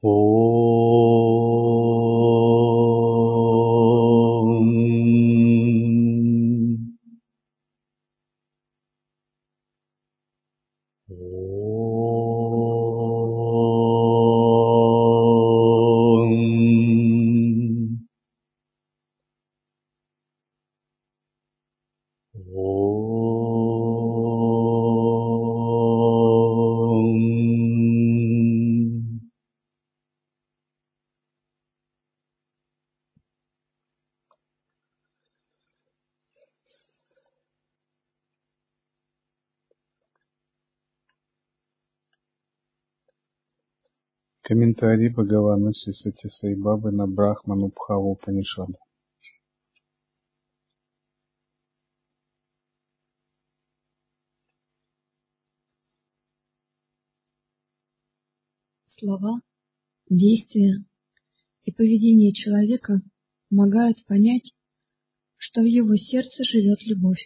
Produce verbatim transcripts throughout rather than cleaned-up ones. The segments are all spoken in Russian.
Комментарий Бхагавана Шри Сати Сай Бабы на Брахман-Упхаву Упанишада. Слова, действия и поведение человека помогают понять, что в его сердце живет любовь.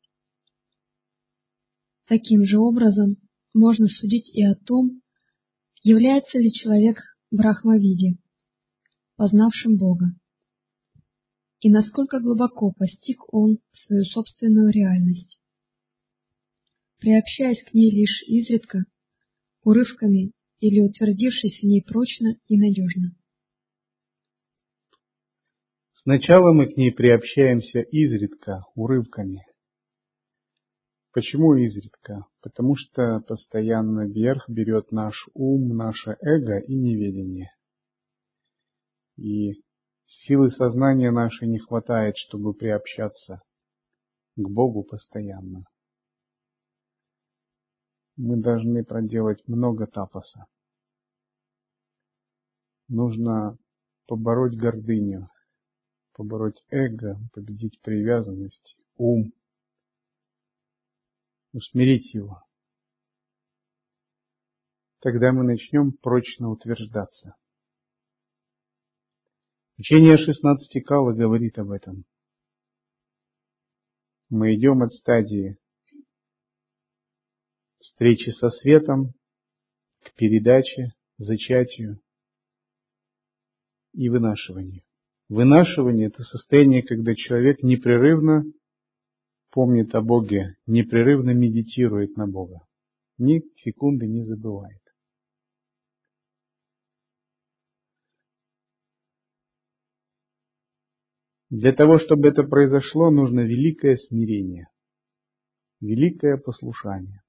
Таким же образом можно судить и о том, является ли человек брахмавиди, познавшим Бога, и насколько глубоко постиг он свою собственную реальность. Приобщаясь к ней лишь изредка, урывками или утвердившись в ней прочно и надежно. Сначала мы к ней приобщаемся изредка, урывками. Почему изредка? Потому что постоянно верх берет наш ум, наше эго и неведение. И силы сознания нашей не хватает, чтобы приобщаться к Богу постоянно. Мы должны проделать много тапаса. Нужно побороть гордыню, побороть эго, победить привязанность, ум, усмирить его. Тогда мы начнем прочно утверждаться. Учение шестнадцати кала говорит об этом. Мы идем от стадии встречи со светом к передаче, зачатию и вынашиванию. Вынашивание – это состояние, когда человек непрерывно помнит о Боге, непрерывно медитирует на Бога, ни секунды не забывает. Для того, чтобы это произошло, нужно великое смирение, великое послушание.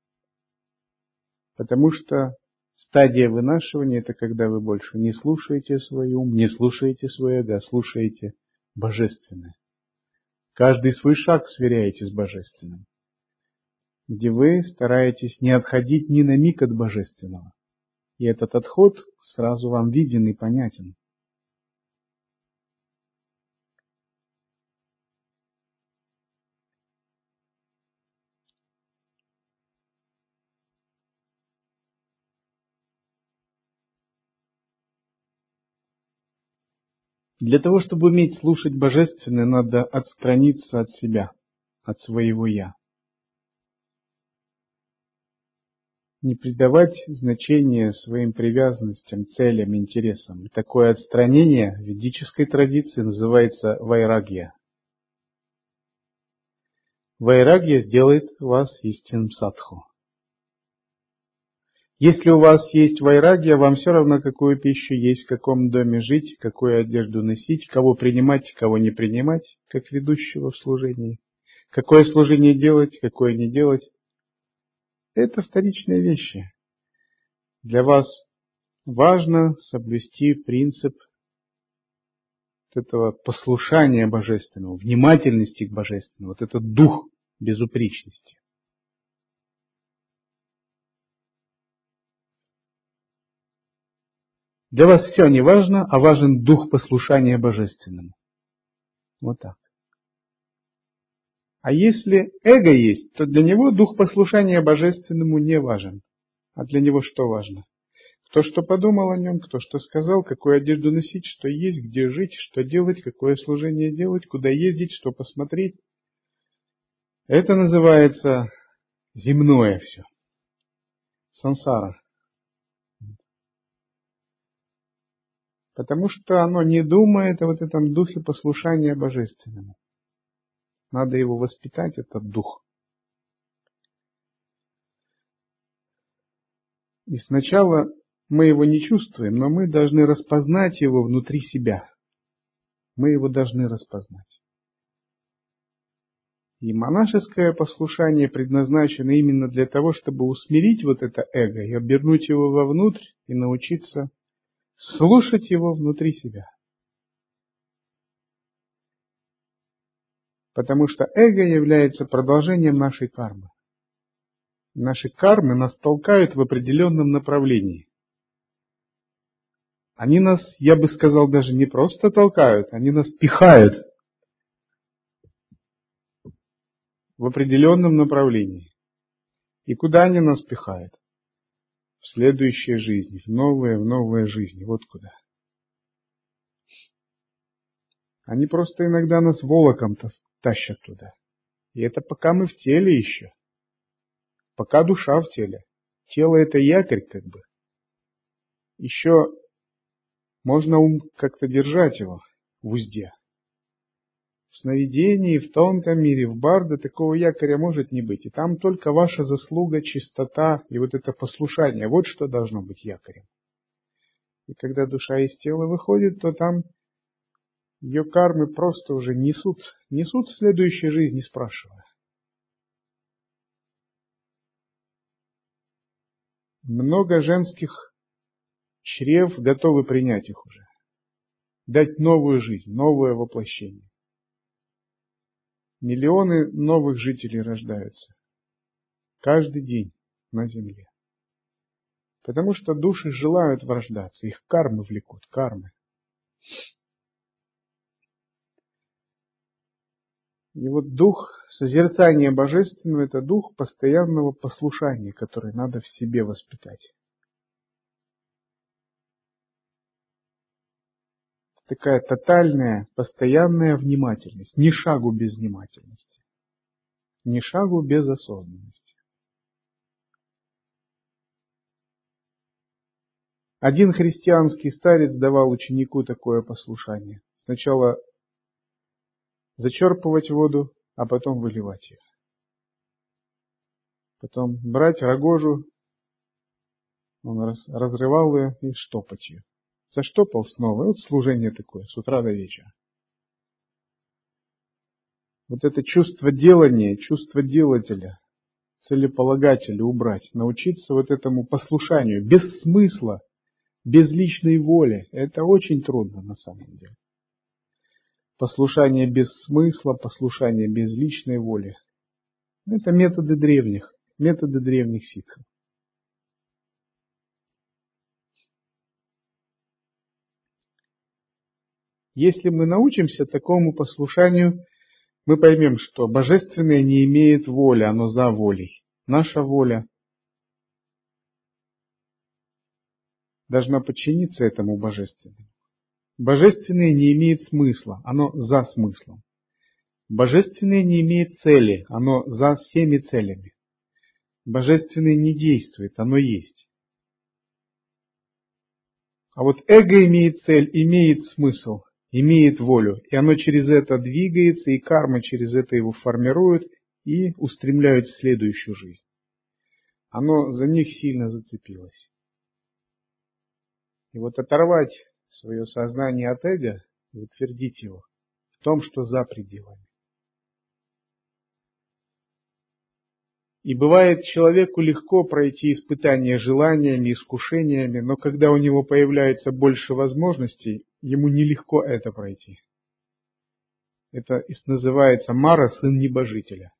Потому что стадия вынашивания – это когда вы больше не слушаете свой ум, не слушаете свое эго, а слушаете божественное. Каждый свой шаг сверяете с божественным, где вы стараетесь не отходить ни на миг от божественного. И этот отход сразу вам виден и понятен. Для того, чтобы уметь слушать божественное, надо отстраниться от себя, от своего «я». Не придавать значения своим привязанностям, целям, интересам. И такое отстранение в ведической традиции называется вайрагья. Вайрагья сделает вас истинным садху. Если у вас есть вайрагья, вам все равно, какую пищу есть, в каком доме жить, какую одежду носить, кого принимать, кого не принимать, как ведущего в служении. Какое служение делать, какое не делать. Это вторичные вещи. Для вас важно соблюсти принцип этого послушания божественного, внимательности к божественному, вот этот дух безупречности. Для вас все не важно, а важен дух послушания божественному. Вот так. А если эго есть, то для него дух послушания божественному не важен. А для него что важно? Кто что подумал о нем, кто что сказал, какую одежду носить, что есть, где жить, что делать, какое служение делать, куда ездить, что посмотреть. Это называется земное все. Сансара. Потому что оно не думает о вот этом духе послушания божественному. Надо его воспитать, этот дух. И сначала мы его не чувствуем, но мы должны распознать его внутри себя. Мы его должны распознать. И монашеское послушание предназначено именно для того, чтобы усмирить вот это эго и обернуть его вовнутрь и научиться слушать его внутри себя. Потому что эго является продолжением нашей кармы. Наши кармы нас толкают в определенном направлении. Они нас, я бы сказал, даже не просто толкают, они нас пихают в определенном направлении. И куда они нас пихают? В следующие жизни, в новые, в новые жизни. Вот куда. Они просто иногда нас волоком тащат туда. И это пока мы в теле еще. Пока душа в теле. Тело это якорь как бы. Еще можно ум как-то держать его в узде. В сновидении, в тонком мире, в барде такого якоря может не быть. И там только ваша заслуга, чистота и вот это послушание. Вот что должно быть якорем. И когда душа из тела выходит, то там ее кармы просто уже несут, несут в следующей жизни, спрашивая. Много женских чрев готовы принять их уже. Дать новую жизнь, новое воплощение. Миллионы новых жителей рождаются. Каждый день на земле. Потому что души желают врождаться. Их кармы влекут, кармы. И вот дух созерцания божественного – это дух постоянного послушания, который надо в себе воспитать. Такая тотальная, постоянная внимательность. Ни шагу без внимательности. Ни шагу без осознанности. Один христианский старец давал ученику такое послушание. Сначала зачерпывать воду, а потом выливать ее. Потом брать рогожу, он раз, разрывал ее и штопать ее. Заштопал снова. И вот служение такое, с утра до вечера. Вот это чувство делания, чувство делателя, целеполагателя убрать. Научиться вот этому послушанию, без смысла, без личной воли. Это очень трудно на самом деле. Послушание без смысла, послушание без личной воли. Это методы древних, методы древних ситхов. Если мы научимся такому послушанию, мы поймем, что божественное не имеет воли, оно за волей. Наша воля должна подчиниться этому божественному. Божественное не имеет смысла, оно за смыслом. Божественное не имеет цели, оно за всеми целями. Божественное не действует, оно есть. А вот эго имеет цель, имеет смысл, имеет волю, и оно через это двигается, и карма через это его формирует и устремляет в следующую жизнь. Оно за них сильно зацепилось. И вот оторвать свое сознание от эго и утвердить его в том, что за пределами. И бывает, человеку легко пройти испытания желаниями, искушениями, но когда у него появляется больше возможностей, ему нелегко это пройти. Это называется Мара, сын небожителя.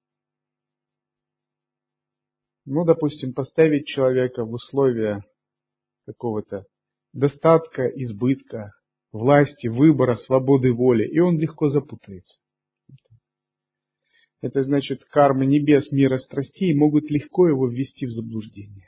Ну, допустим, поставить человека в условия какого-то достатка, избытка, власти, выбора, свободы воли, и он легко запутается. Это значит, кармы небес, мира страстей могут легко его ввести в заблуждение.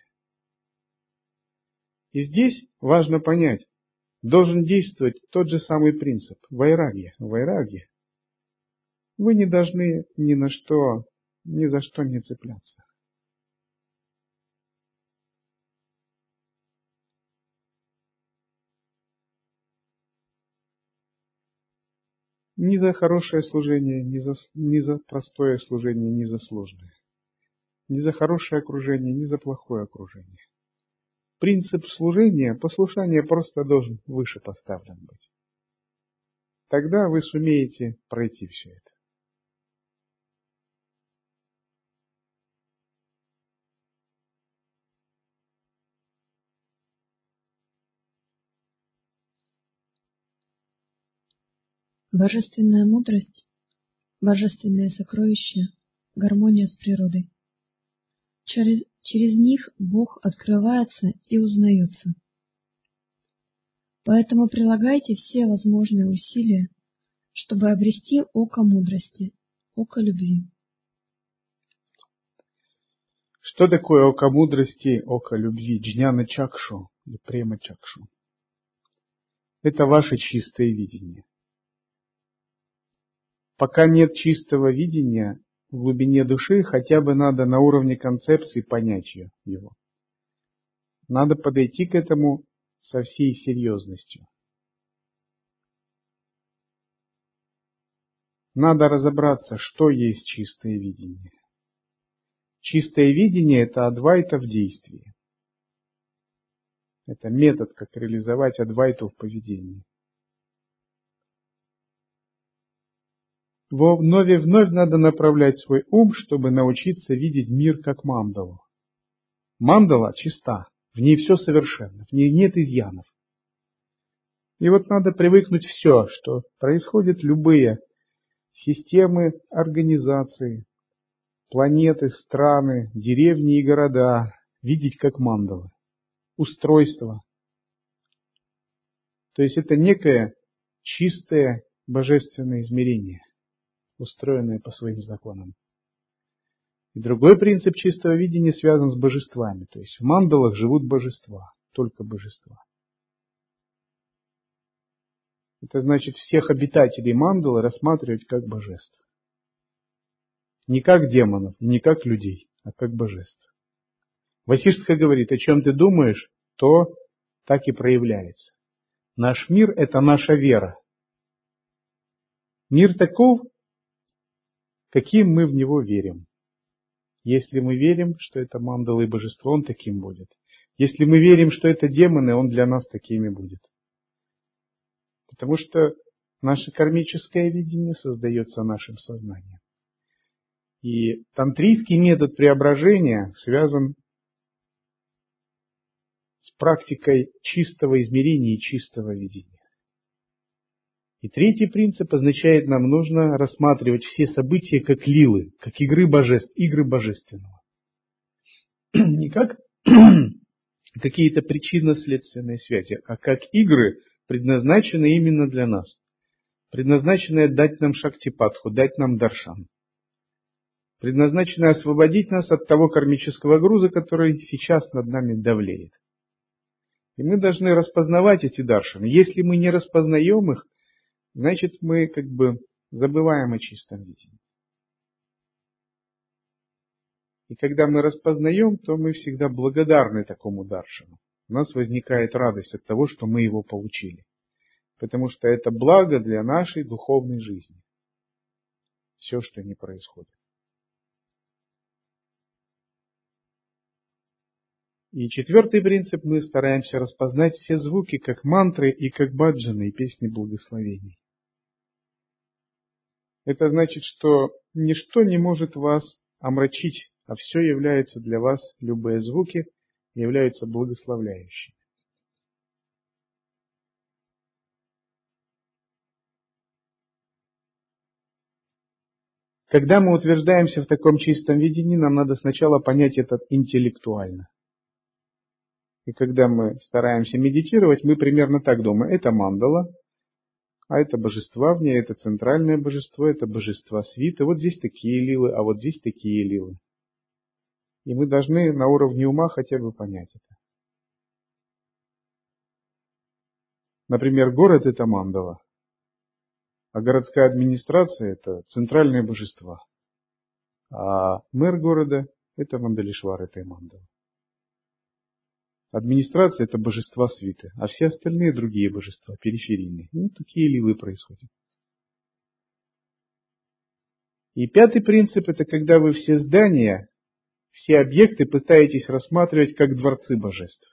И здесь важно понять, должен действовать тот же самый принцип – вайрагья. Вайрагья. Вы не должны ни на что, ни за что не цепляться. Ни за хорошее служение, ни за, ни за простое служение, ни за сложное. Ни за хорошее окружение, ни за плохое окружение. Принцип служения, послушания просто должен выше поставлен быть. Тогда вы сумеете пройти все это. Божественная мудрость, божественное сокровище, гармония с природой. Через, через них Бог открывается и узнается. Поэтому прилагайте все возможные усилия, чтобы обрести око мудрости, око любви. Что такое око мудрости, око любви, джняна чакшу или према чакшу? Это ваше чистое видение. Пока нет чистого видения в глубине души, хотя бы надо на уровне концепции понять его. Надо подойти к этому со всей серьезностью. Надо разобраться, что есть чистое видение. Чистое видение – это адвайта в действии. Это метод, как реализовать адвайту в поведении. Вновь и вновь надо направлять свой ум, чтобы научиться видеть мир как мандалу. Мандала чиста, в ней все совершенно, в ней нет изъянов. И вот надо привыкнуть все, что происходит, любые системы, организации, планеты, страны, деревни и города, видеть как мандалы, устройство. То есть это некое чистое божественное измерение, устроенное по своим законам. И другой принцип чистого видения связан с божествами. То есть в мандалах живут божества, только божества. Это значит всех обитателей мандалы рассматривать как божеств. Не как демонов, не как людей, а как божеств. Васиштха говорит, о чем ты думаешь, то так и проявляется. Наш мир – это наша вера. Мир таков, каким мы в него верим. Если мы верим, что это мандала и божество, он таким будет. Если мы верим, что это демоны, он для нас такими будет. Потому что наше кармическое видение создается нашим сознанием. И тантрийский метод преображения связан с практикой чистого измерения и чистого видения. И третий принцип означает, нам нужно рассматривать все события как лилы, как игры божеств, игры божественного. Не как какие-то причинно-следственные связи, а как игры, предназначенные именно для нас. Предназначенные дать нам шактипадху, дать нам даршан. Предназначенные освободить нас от того кармического груза, который сейчас над нами давлеет. И мы должны распознавать эти даршаны. Если мы не распознаем их, значит мы как бы забываем о чистом видении. И когда мы распознаем, то мы всегда благодарны такому даршану. У нас возникает радость от того, что мы его получили. Потому что это благо для нашей духовной жизни. Все, что не происходит. И четвертый принцип, мы стараемся распознать все звуки как мантры и как баджаны и песни благословений. Это значит, что ничто не может вас омрачить, а все является для вас, любые звуки являются благословляющими. Когда мы утверждаемся в таком чистом видении, нам надо сначала понять это интеллектуально. И когда мы стараемся медитировать, мы примерно так думаем. Это мандала, а это божества в ней, это центральное божество, это божества свиты. Вот здесь такие лилы, а вот здесь такие лилы. И мы должны на уровне ума хотя бы понять это. Например, город – это мандала, а городская администрация – это центральные божества. А мэр города – это Мандалишвар, это и мандала. Администрация – это божества свиты, а все остальные другие божества, периферийные. Ну, такие лилы происходят. И пятый принцип – это когда вы все здания, все объекты пытаетесь рассматривать как дворцы божеств.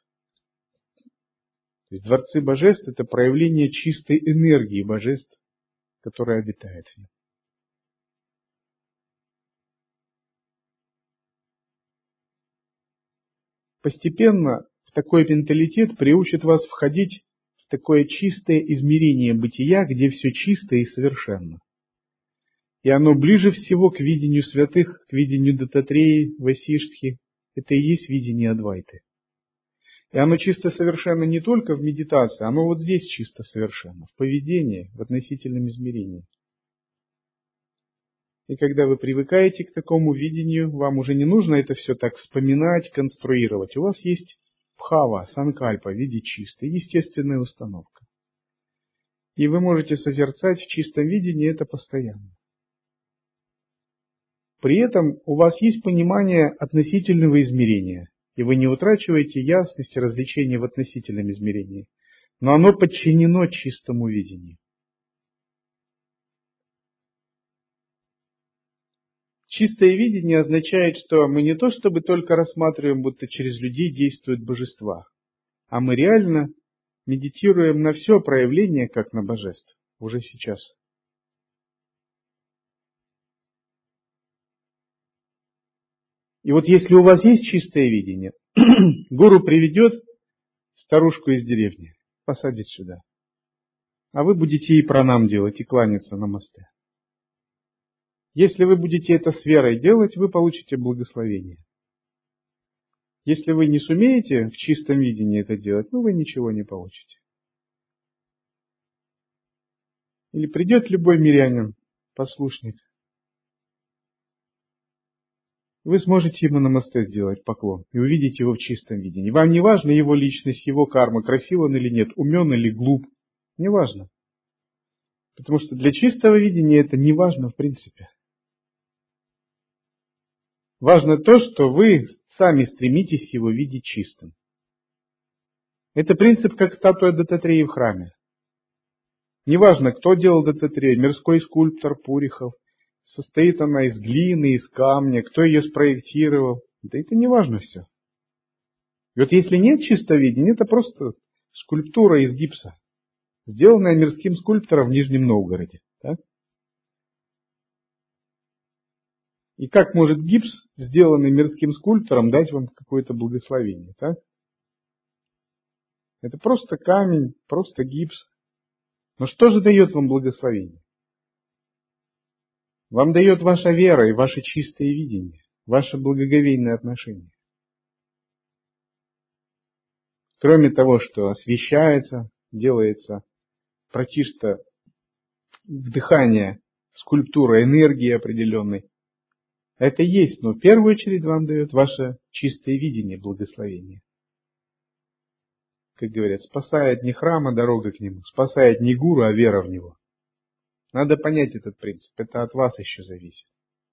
То есть дворцы божеств – это проявление чистой энергии божеств, которая обитает в них. Постепенно такой менталитет приучит вас входить в такое чистое измерение бытия, где все чисто и совершенно. И оно ближе всего к видению святых, к видению Дататреи, Васиштхи. Это и есть видение Адвайты. И оно чисто совершенно не только в медитации, оно вот здесь чисто совершенно, в поведении, в относительном измерении. И когда вы привыкаете к такому видению, вам уже не нужно это все так вспоминать, конструировать. У вас есть бхава, санкальпа в виде чистой, естественная установка. И вы можете созерцать в чистом видении это постоянно. При этом у вас есть понимание относительного измерения, и вы не утрачиваете ясность и развлечения в относительном измерении, но оно подчинено чистому видению. Чистое видение означает, что мы не то чтобы только рассматриваем, будто через людей действуют божества, а мы реально медитируем на все проявление, как на божеств, уже сейчас. И вот если у вас есть чистое видение, гуру приведет старушку из деревни, посадит сюда, а вы будете ей пранам делать и кланяться на мосте. Если вы будете это с верой делать, вы получите благословение. Если вы не сумеете в чистом видении это делать, ну вы ничего не получите. Или придет любой мирянин, послушник, вы сможете ему на мосте сделать поклон и увидеть его в чистом видении. Вам не важно его личность, его карма, красив он или нет, умен или глуп, не важно. Потому что для чистого видения это не важно в принципе. Важно то, что вы сами стремитесь его видеть чистым. Это принцип, как статуя Дататреи в храме. Неважно, кто делал Дататрею, мирской скульптор Пурихов, состоит она из глины, из камня, кто ее спроектировал. Да это не важно все. И вот если нет чистовидения, это просто скульптура из гипса, сделанная мирским скульптором в Нижнем Новгороде. Так? И как может гипс, сделанный мирским скульптором, дать вам какое-то благословение? Так? Это просто камень, просто гипс. Но что же дает вам благословение? Вам дает ваша вера и ваше чистое видение, ваше благоговейное отношение. Кроме того, что освещается, делается пратишта, вдыхание, скульптура энергии определенной, это есть, но в первую очередь вам дает ваше чистое видение благословения. Как говорят, спасает не храм, а дорога к нему, спасает не гуру, а вера в него. Надо понять этот принцип, это от вас еще зависит.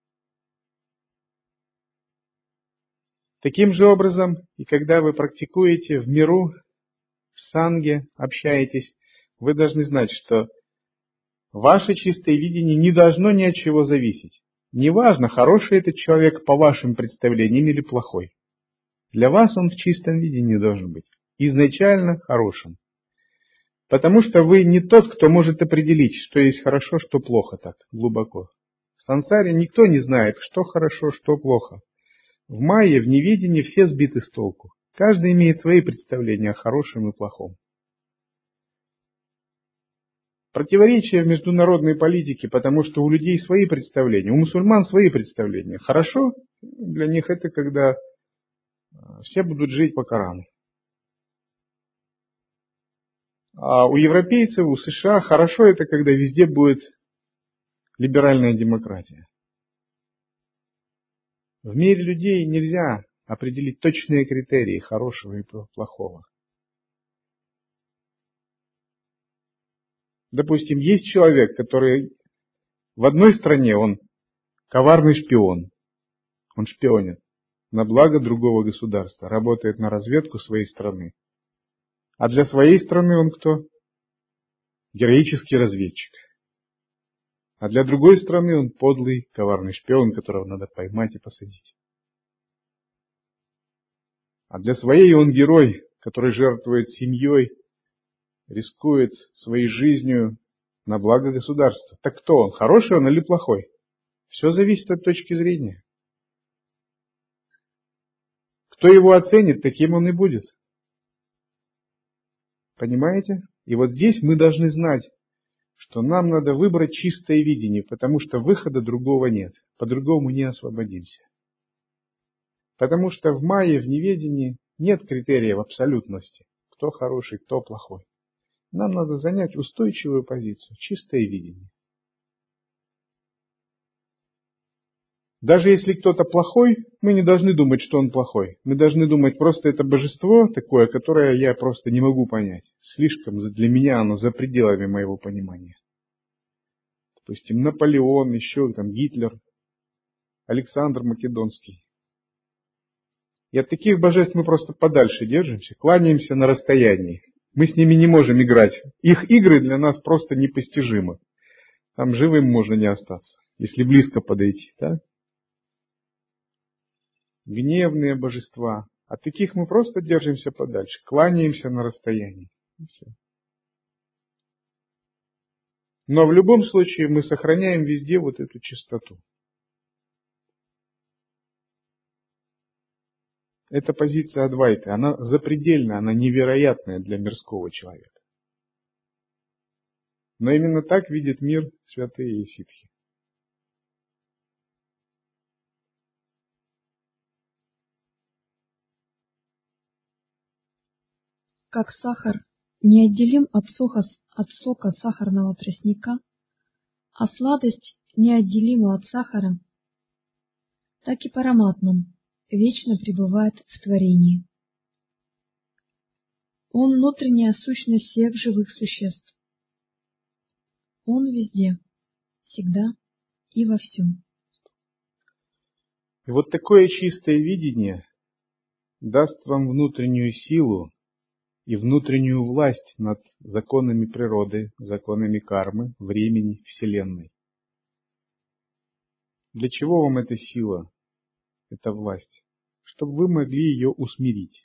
Таким же образом, и когда вы практикуете в миру, в санге, общаетесь, вы должны знать, что ваше чистое видение не должно ни от чего зависеть. Неважно, хороший этот человек по вашим представлениям или плохой. Для вас он в чистом видении должен быть. Изначально хорошим. Потому что вы не тот, кто может определить, что есть хорошо, что плохо так глубоко. В сансаре никто не знает, что хорошо, что плохо. В майе, в неведении все сбиты с толку. Каждый имеет свои представления о хорошем и плохом. Противоречия в международной политике, потому что у людей свои представления, у мусульман свои представления. Хорошо для них это, когда все будут жить по Корану. А у европейцев, у США хорошо это, когда везде будет либеральная демократия. В мире людей нельзя определить точные критерии хорошего и плохого. Допустим, есть человек, который в одной стране он коварный шпион. Он шпионит на благо другого государства, работает на разведку своей страны. А для своей страны он кто? Героический разведчик. А для другой страны он подлый, коварный шпион, которого надо поймать и посадить. А для своей он герой, который жертвует семьей, рискует своей жизнью на благо государства. Так кто он? Хороший он или плохой? Все зависит от точки зрения. Кто его оценит, таким он и будет. Понимаете? И вот здесь мы должны знать, что нам надо выбрать чистое видение, потому что выхода другого нет. По-другому не освободимся. Потому что в майе, в неведении нет критериев абсолютности. Кто хороший, кто плохой. Нам надо занять устойчивую позицию, чистое видение. Даже если кто-то плохой, мы не должны думать, что он плохой. Мы должны думать, просто это божество такое, которое я просто не могу понять. Слишком для меня оно за пределами моего понимания. Допустим, Наполеон, еще там Гитлер, Александр Македонский. И от таких божеств мы просто подальше держимся, кланяемся на расстоянии. Мы с ними не можем играть. Их игры для нас просто непостижимы. Там живым можно не остаться, если близко подойти, да? Гневные божества. От таких мы просто держимся подальше, кланяемся на расстоянии. И все. Но в любом случае мы сохраняем везде вот эту чистоту. Эта позиция Адвайты, она запредельная, она невероятная для мирского человека. Но именно так видит мир святые и ситхи. Как сахар неотделим от сока, от сока сахарного тростника, а сладость неотделима от сахара, так и Параматман вечно пребывает в творении. Он внутренняя сущность всех живых существ. Он везде, всегда и во всем. И вот такое чистое видение даст вам внутреннюю силу и внутреннюю власть над законами природы, законами кармы, времени, Вселенной. Для чего вам эта сила, эта власть? Чтобы вы могли ее усмирить.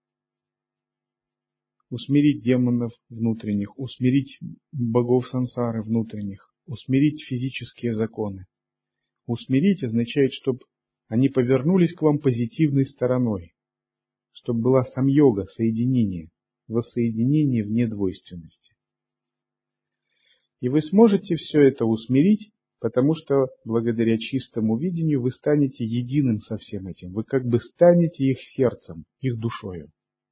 Усмирить демонов внутренних, усмирить богов сансары внутренних, усмирить физические законы. Усмирить означает, чтобы они повернулись к вам позитивной стороной, чтобы была самьога, соединение, воссоединение в недвойственности. И вы сможете все это усмирить, потому что благодаря чистому видению вы станете единым со всем этим. Вы как бы станете их сердцем, их душою.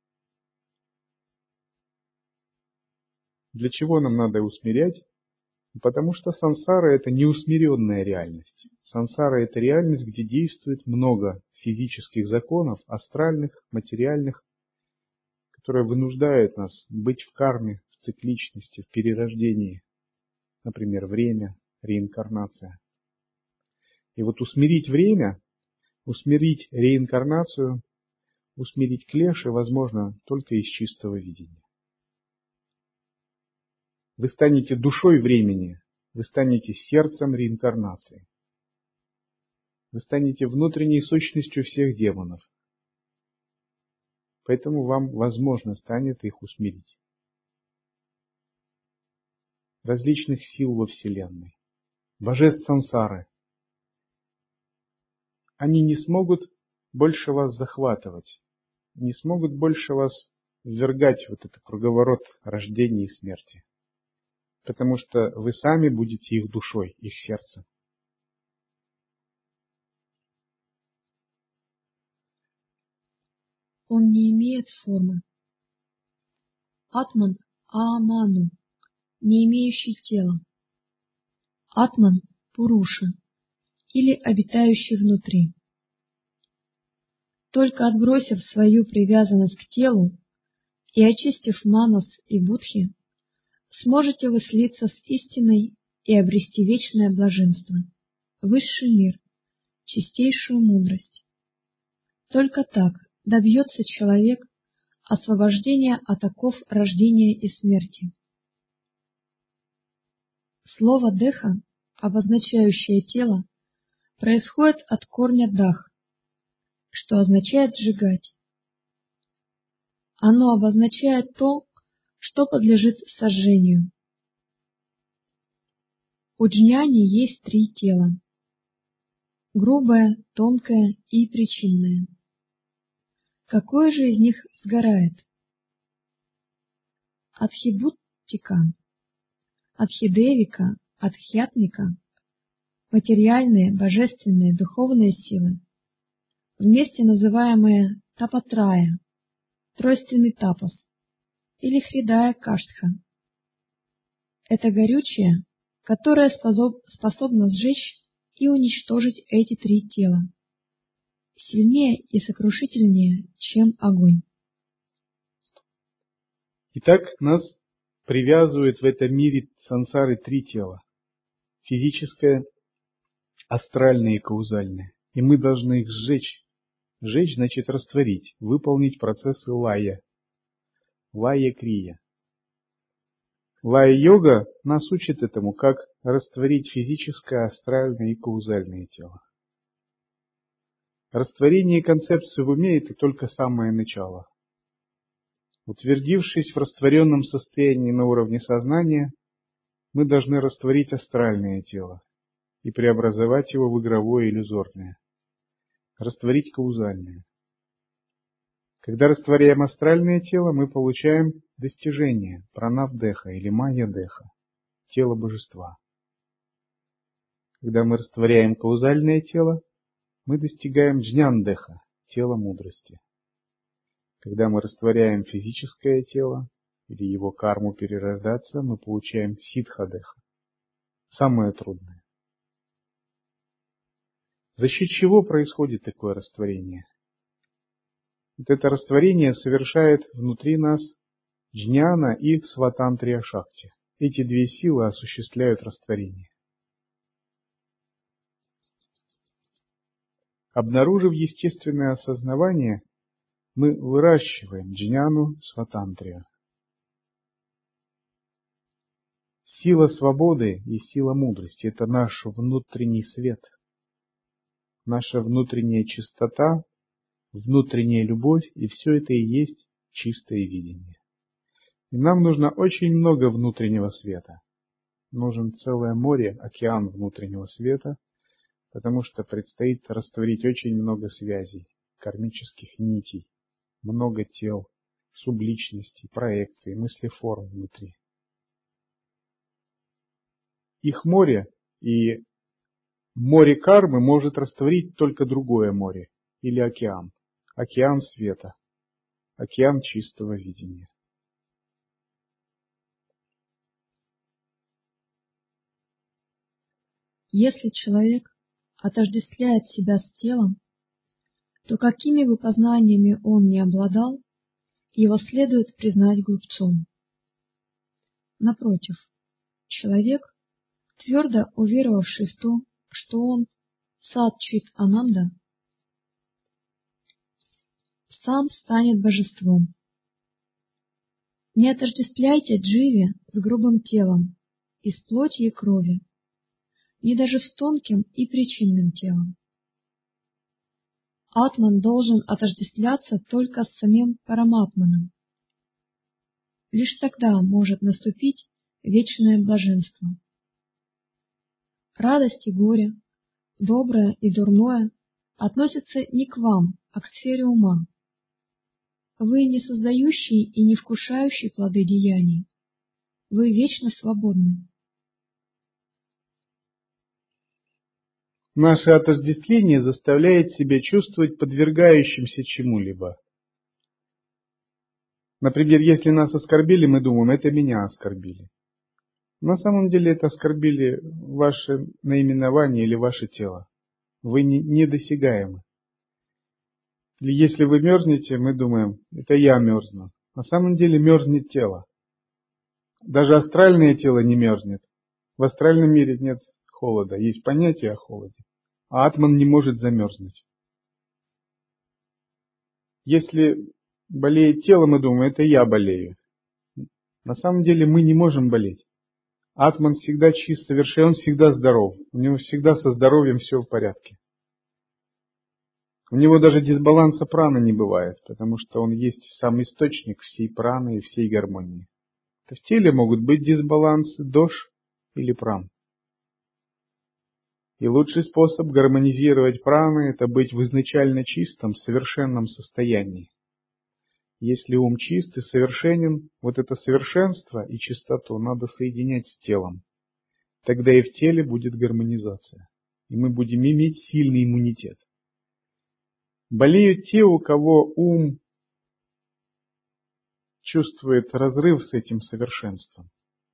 Для чего нам надо усмирять? Потому что сансара – это неусмиренная реальность. Сансара – это реальность, где действует много физических законов, астральных, материальных, которые вынуждают нас быть в карме, в цикличности, в перерождении. Например, время, реинкарнация. И вот усмирить время, усмирить реинкарнацию, усмирить клеши возможно только из чистого видения. Вы станете душой времени, вы станете сердцем реинкарнации. Вы станете внутренней сущностью всех демонов. Поэтому вам возможно станет их усмирить. Различных сил во Вселенной, божеств сансары. Они не смогут больше вас захватывать, не смогут больше вас ввергать в этот круговорот рождения и смерти. Потому что вы сами будете их душой, их сердцем. Он не имеет формы. Атман Ааману, не имеющий тела. Атман Пуруша, или обитающий внутри. Только отбросив свою привязанность к телу и очистив манас и будхи, сможете вы слиться с истиной и обрести вечное блаженство, высший мир, чистейшую мудрость. Только так добьется человек освобождения от оков рождения и смерти. Слово «деха» обозначающее тело, происходит от корня дах, что означает сжигать. Оно обозначает то, что подлежит сожжению. У джняни есть три тела: грубое, тонкое и причинное. Какое же из них сгорает? Адхибуттика, Адхидевика, Адхьятмика, материальные, божественные, духовные силы, вместе называемые тапатрая, тройственный тапас, или хридая каштха. Это горючее, которое способно сжечь и уничтожить эти три тела, сильнее и сокрушительнее, чем огонь. Итак, нас привязывает в этом мире сансары три тела: физическое, астральное и каузальное. И мы должны их сжечь. Сжечь значит растворить, выполнить процессы лая. Лая-крия. Лая-йога нас учит этому, как растворить физическое, астральное и каузальное тело. Растворение концепции в уме – это только самое начало. Утвердившись в растворенном состоянии на уровне сознания, мы должны растворить астральное тело и преобразовать его в игровое иллюзорное. Растворить каузальное. Когда растворяем астральное тело, мы получаем достижение пранав-деха или майя-деха, тело божества. Когда мы растворяем каузальное тело, мы достигаем джнян-деха, тело мудрости. Когда мы растворяем физическое тело или его карму перерождаться, мы получаем сидха-деха, самое трудное. За счет чего происходит такое растворение? Вот это растворение совершает внутри нас джняна и сватантрия шакти. Эти две силы осуществляют растворение. Обнаружив естественное осознавание, мы выращиваем джняну сватантрию. Сила свободы и сила мудрости – это наш внутренний свет, наша внутренняя чистота, внутренняя любовь, и все это и есть чистое видение. И нам нужно очень много внутреннего света. Нужен целое море, океан внутреннего света, потому что предстоит растворить очень много связей, кармических нитей, много тел, субличностей, проекций, мыслеформ внутри. Их море, и море кармы может растворить только другое море или океан. Океан света, океан чистого видения. Если человек отождествляет себя с телом, то какими бы познаниями он ни обладал, его следует признать глупцом. Напротив, человек, твердо уверовавший в то, что он Сат-Чит Ананда, сам станет божеством. Не отождествляйте дживи с грубым телом, из плоти и крови, ни даже с тонким и причинным телом. Атман должен отождествляться только с самим Параматманом. Лишь тогда может наступить вечное блаженство. Радость и горе, доброе и дурное относятся не к вам, а к сфере ума. Вы не создающий и не вкушающий плоды деяний. Вы вечно свободны. Наше отождествление заставляет себя чувствовать подвергающимся чему-либо. Например, если нас оскорбили, мы думаем, это меня оскорбили. На самом деле это оскорбили ваше наименование или ваше тело. Вы недосягаемы. Или если вы мерзнете, мы думаем, это я мерзну. На самом деле мерзнет тело. Даже астральное тело не мерзнет. В астральном мире нет холода. Есть понятие о холоде. А атман не может замерзнуть. Если болеет тело, мы думаем, это я болею. На самом деле мы не можем болеть. Атман всегда чист, совершен, он всегда здоров. У него всегда со здоровьем все в порядке. У него даже дисбаланса праны не бывает, потому что он есть сам источник всей праны и всей гармонии. В теле могут быть дисбалансы, дош или пран. И лучший способ гармонизировать праны – это быть в изначально чистом, совершенном состоянии. Если ум чист и совершенен, вот это совершенство и чистоту надо соединять с телом. Тогда и в теле будет гармонизация. И мы будем иметь сильный иммунитет. Болеют те, у кого ум чувствует разрыв с этим совершенством.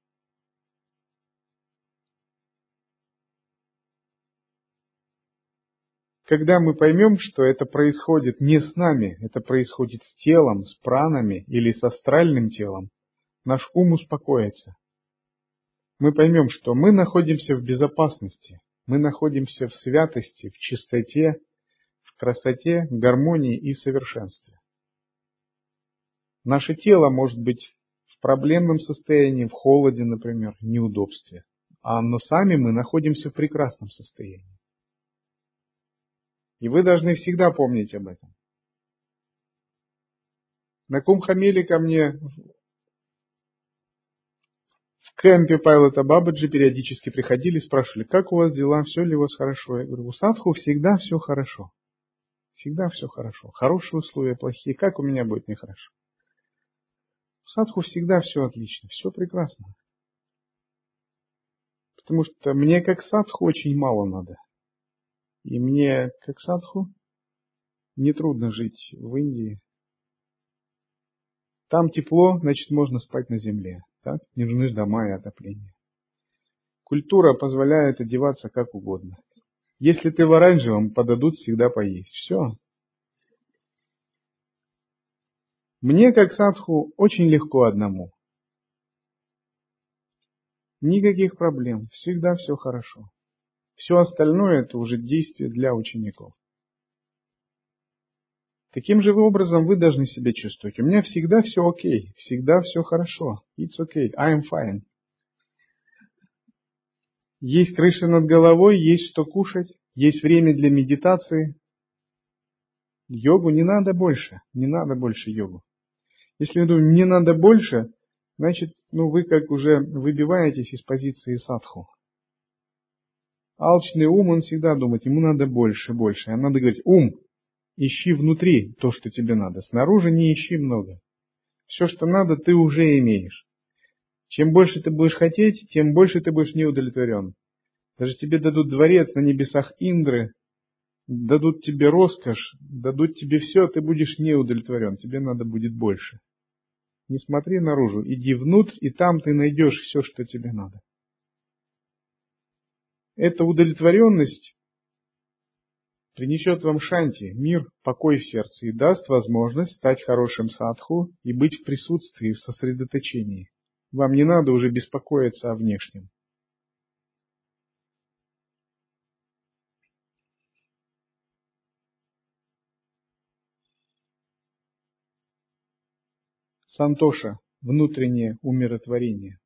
Когда мы поймем, что это происходит не с нами, это происходит с телом, с пранами или с астральным телом, наш ум успокоится. Мы поймем, что мы находимся в безопасности, мы находимся в святости, в чистоте, в красоте, гармонии и совершенстве. Наше тело может быть в проблемном состоянии, в холоде, например, в неудобстве, а но сами мы находимся в прекрасном состоянии. И вы должны всегда помнить об этом. На Кумбхамеле ко мне в кемпе Пайлота Бабаджи периодически приходили и спрашивали, как у вас дела, все ли у вас хорошо. Я говорю, у садху всегда все хорошо. Всегда все хорошо. Хорошие условия, плохие. Как у меня будет нехорошо? У садху всегда все отлично, все прекрасно. Потому что мне как садху очень мало надо. И мне как садху нетрудно жить в Индии. Там тепло, значит можно спать на земле. Так? Не нужны дома и отопление. Культура позволяет одеваться как угодно. Если ты в оранжевом, подадут всегда поесть. Все. Мне, как садху, очень легко одному. Никаких проблем. Всегда все хорошо. Все остальное это уже действие для учеников. Таким же образом вы должны себя чувствовать. У меня всегда все окей. Всегда все хорошо. It's okay. I'm fine. Есть крыша над головой, есть что кушать, есть время для медитации. Йогу не надо больше. Не надо больше йогу. Если вы думаете, не надо больше, значит, ну вы как уже выбиваетесь из позиции садху. Алчный ум, он всегда думает, ему надо больше, больше. А надо говорить, ум, ищи внутри то, что тебе надо. Снаружи не ищи много. Все, что надо, ты уже имеешь. Чем больше ты будешь хотеть, тем больше ты будешь неудовлетворен. Даже тебе дадут дворец на небесах Индры, дадут тебе роскошь, дадут тебе все, ты будешь неудовлетворен. Тебе надо будет больше. Не смотри наружу, иди внутрь, и там ты найдешь все, что тебе надо. Эта удовлетворенность принесет вам шанти, мир, покой в сердце и даст возможность стать хорошим садху и быть в присутствии, в сосредоточении. Вам не надо уже беспокоиться о внешнем. Сантоша, внутреннее умиротворение.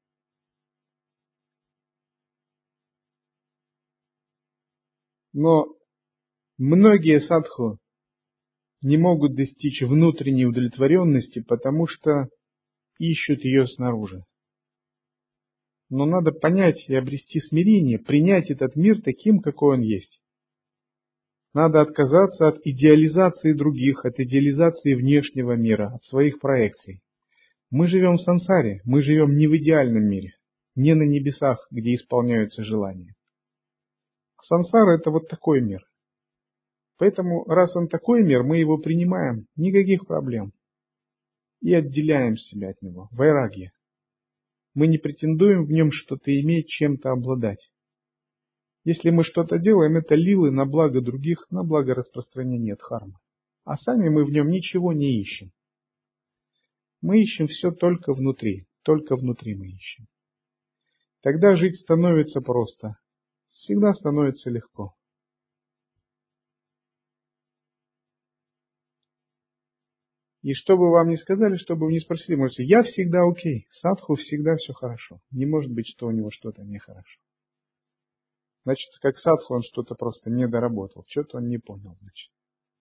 Но многие садху не могут достичь внутренней удовлетворенности, потому что ищут ее снаружи. Но надо понять и обрести смирение, принять этот мир таким, какой он есть. Надо отказаться от идеализации других, от идеализации внешнего мира, от своих проекций. Мы живем в сансаре, мы живем не в идеальном мире, не на небесах, где исполняются желания. Сансара – это вот такой мир. Поэтому, раз он такой мир, мы его принимаем, никаких проблем. И отделяем себя от него. Вайрагья. Мы не претендуем в нем что-то иметь, чем-то обладать. Если мы что-то делаем, это лилы на благо других, на благо распространения дхармы. А сами мы в нем ничего не ищем. Мы ищем все только внутри, только внутри мы ищем. Тогда жить становится просто, всегда становится легко. И что бы вам ни сказали, что бы вы ни спросили, можете, я всегда окей, садху всегда все хорошо. Не может быть, что у него что-то нехорошо. Значит, как садху он что-то просто не доработал, что-то он не понял, значит.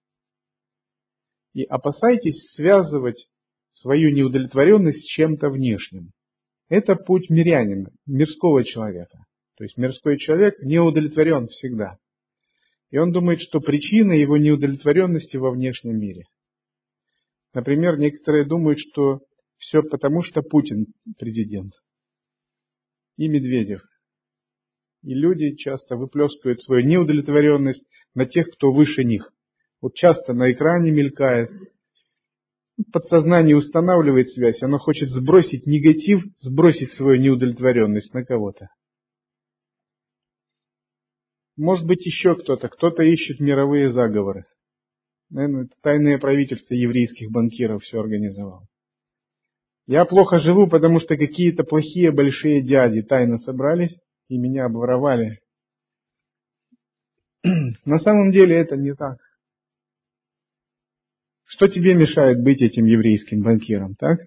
И опасайтесь связывать свою неудовлетворенность с чем-то внешним. Это путь мирянина, мирского человека. То есть мирской человек не удовлетворен всегда. И он думает, что причина его неудовлетворенности во внешнем мире. Например, некоторые думают, что все потому, что Путин президент и Медведев. И люди часто выплескивают свою неудовлетворенность на тех, кто выше них. Вот часто на экране мелькает. Подсознание устанавливает связь, оно хочет сбросить негатив, сбросить свою неудовлетворенность на кого-то. Может быть, еще кто-то, кто-то ищет мировые заговоры. Наверное, это тайное правительство еврейских банкиров все организовало. Я плохо живу, потому что какие-то плохие большие дяди тайно собрались и меня обворовали. На самом деле это не так. Что тебе мешает быть этим еврейским банкиром, так?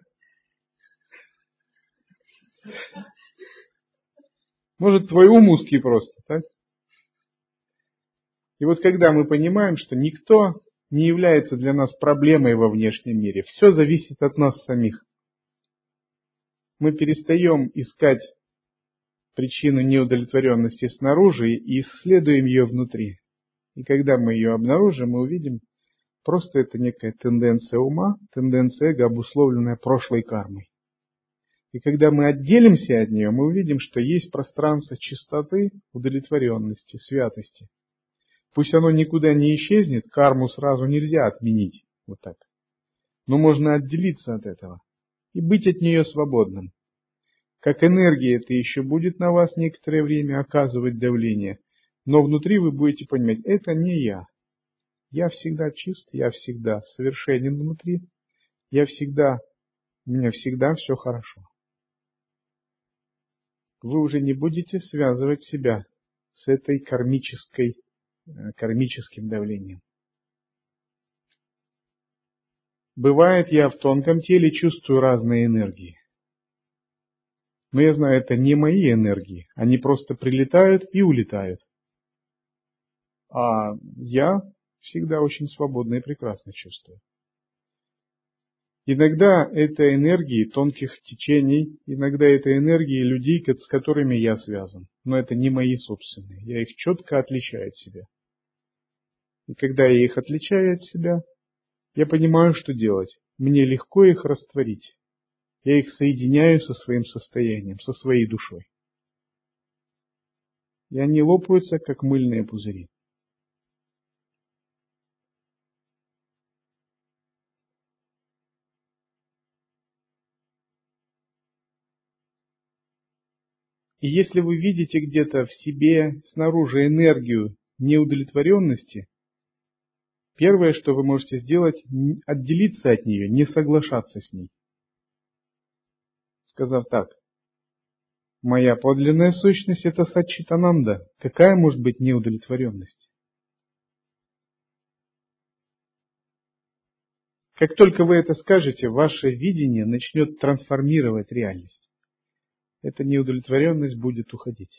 Может, твой ум узкий просто, так? И вот когда мы понимаем, что никто не является для нас проблемой во внешнем мире, все зависит от нас самих. Мы перестаем искать причину неудовлетворенности снаружи и исследуем ее внутри. И когда мы ее обнаружим, мы увидим, просто это некая тенденция ума, тенденция эго, обусловленная прошлой кармой. И когда мы отделимся от нее, мы увидим, что есть пространство чистоты, удовлетворенности, святости. Пусть оно никуда не исчезнет, карму сразу нельзя отменить, вот так. Но можно отделиться от этого и быть от нее свободным. Как энергия это еще будет на вас некоторое время оказывать давление, но внутри вы будете понимать, это не я. Я всегда чист, я всегда совершенен внутри, я всегда, у меня всегда все хорошо. Вы уже не будете связывать себя с этой кармической, кармическим давлением. Бывает, я в тонком теле чувствую разные энергии. Но я знаю, это не мои энергии. Они просто прилетают и улетают. А я всегда очень свободно и прекрасно чувствую. Иногда это энергии тонких течений, иногда это энергии людей, с которыми я связан. Но это не мои собственные. Я их четко отличаю от себя. И когда я их отличаю от себя, я понимаю, что делать. Мне легко их растворить. Я их соединяю со своим состоянием, со своей душой. И они лопаются, как мыльные пузыри. И если вы видите где-то в себе снаружи энергию неудовлетворенности, первое, что вы можете сделать, отделиться от нее, не соглашаться с ней. Сказав так, моя подлинная сущность это Саччитананда. Какая может быть неудовлетворенность? Как только вы это скажете, ваше видение начнет трансформировать реальность. Эта неудовлетворенность будет уходить.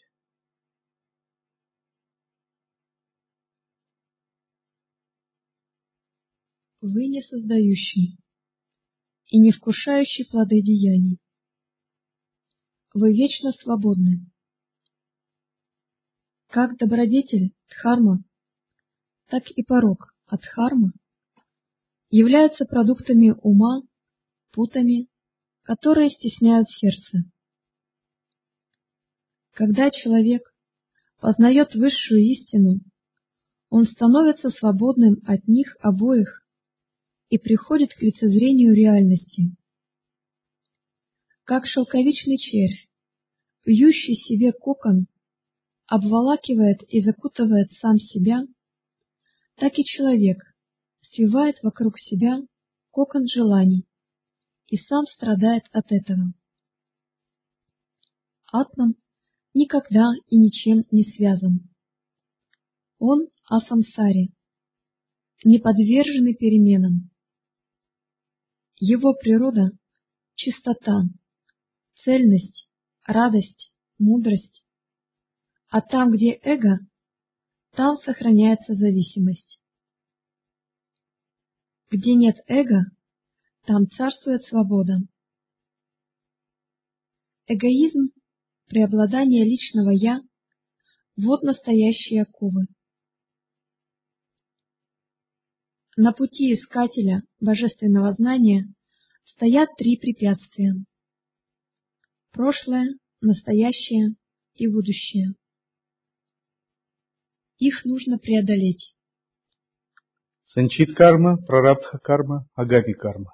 Вы не создающий и не вкушающий плоды деяний. Вы вечно свободны. Как добродетель дхарма, так и порок адхарма являются продуктами ума, путами, которые стесняют сердце. Когда человек познает высшую истину, он становится свободным от них обоих и приходит к лицезрению реальности. Как шелковичный червь, вьющий себе кокон, обволакивает и закутывает сам себя, так и человек свивает вокруг себя кокон желаний и сам страдает от этого. Атман никогда и ничем не связан. Он асамсари, не подверженный переменам. Его природа — чистота, цельность, радость, мудрость. А там, где эго, там сохраняется зависимость. Где нет эго, там царствует свобода. Эгоизм, преобладание личного «я» — вот настоящие оковы. На пути искателя божественного знания стоят три препятствия — прошлое, настоящее и будущее. Их нужно преодолеть. Санчит карма, прарабдха карма, агами карма.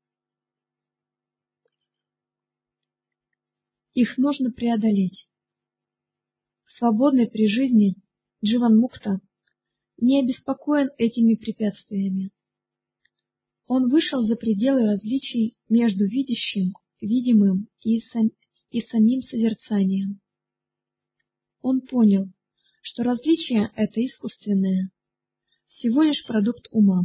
Их нужно преодолеть. Свободный при жизни Дживан Мукта не обеспокоен этими препятствиями. Он вышел за пределы различий между видящим, видимым и, сам, и самим созерцанием. Он понял, что различие это искусственное, всего лишь продукт ума.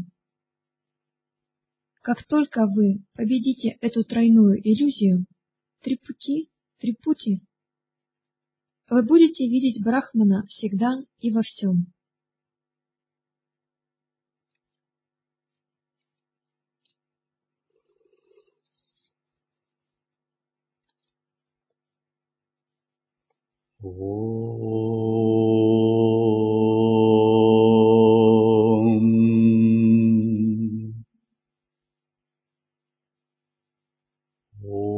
Как только вы победите эту тройную иллюзию, три пути, три пути, вы будете видеть Брахмана всегда и во всем. Om.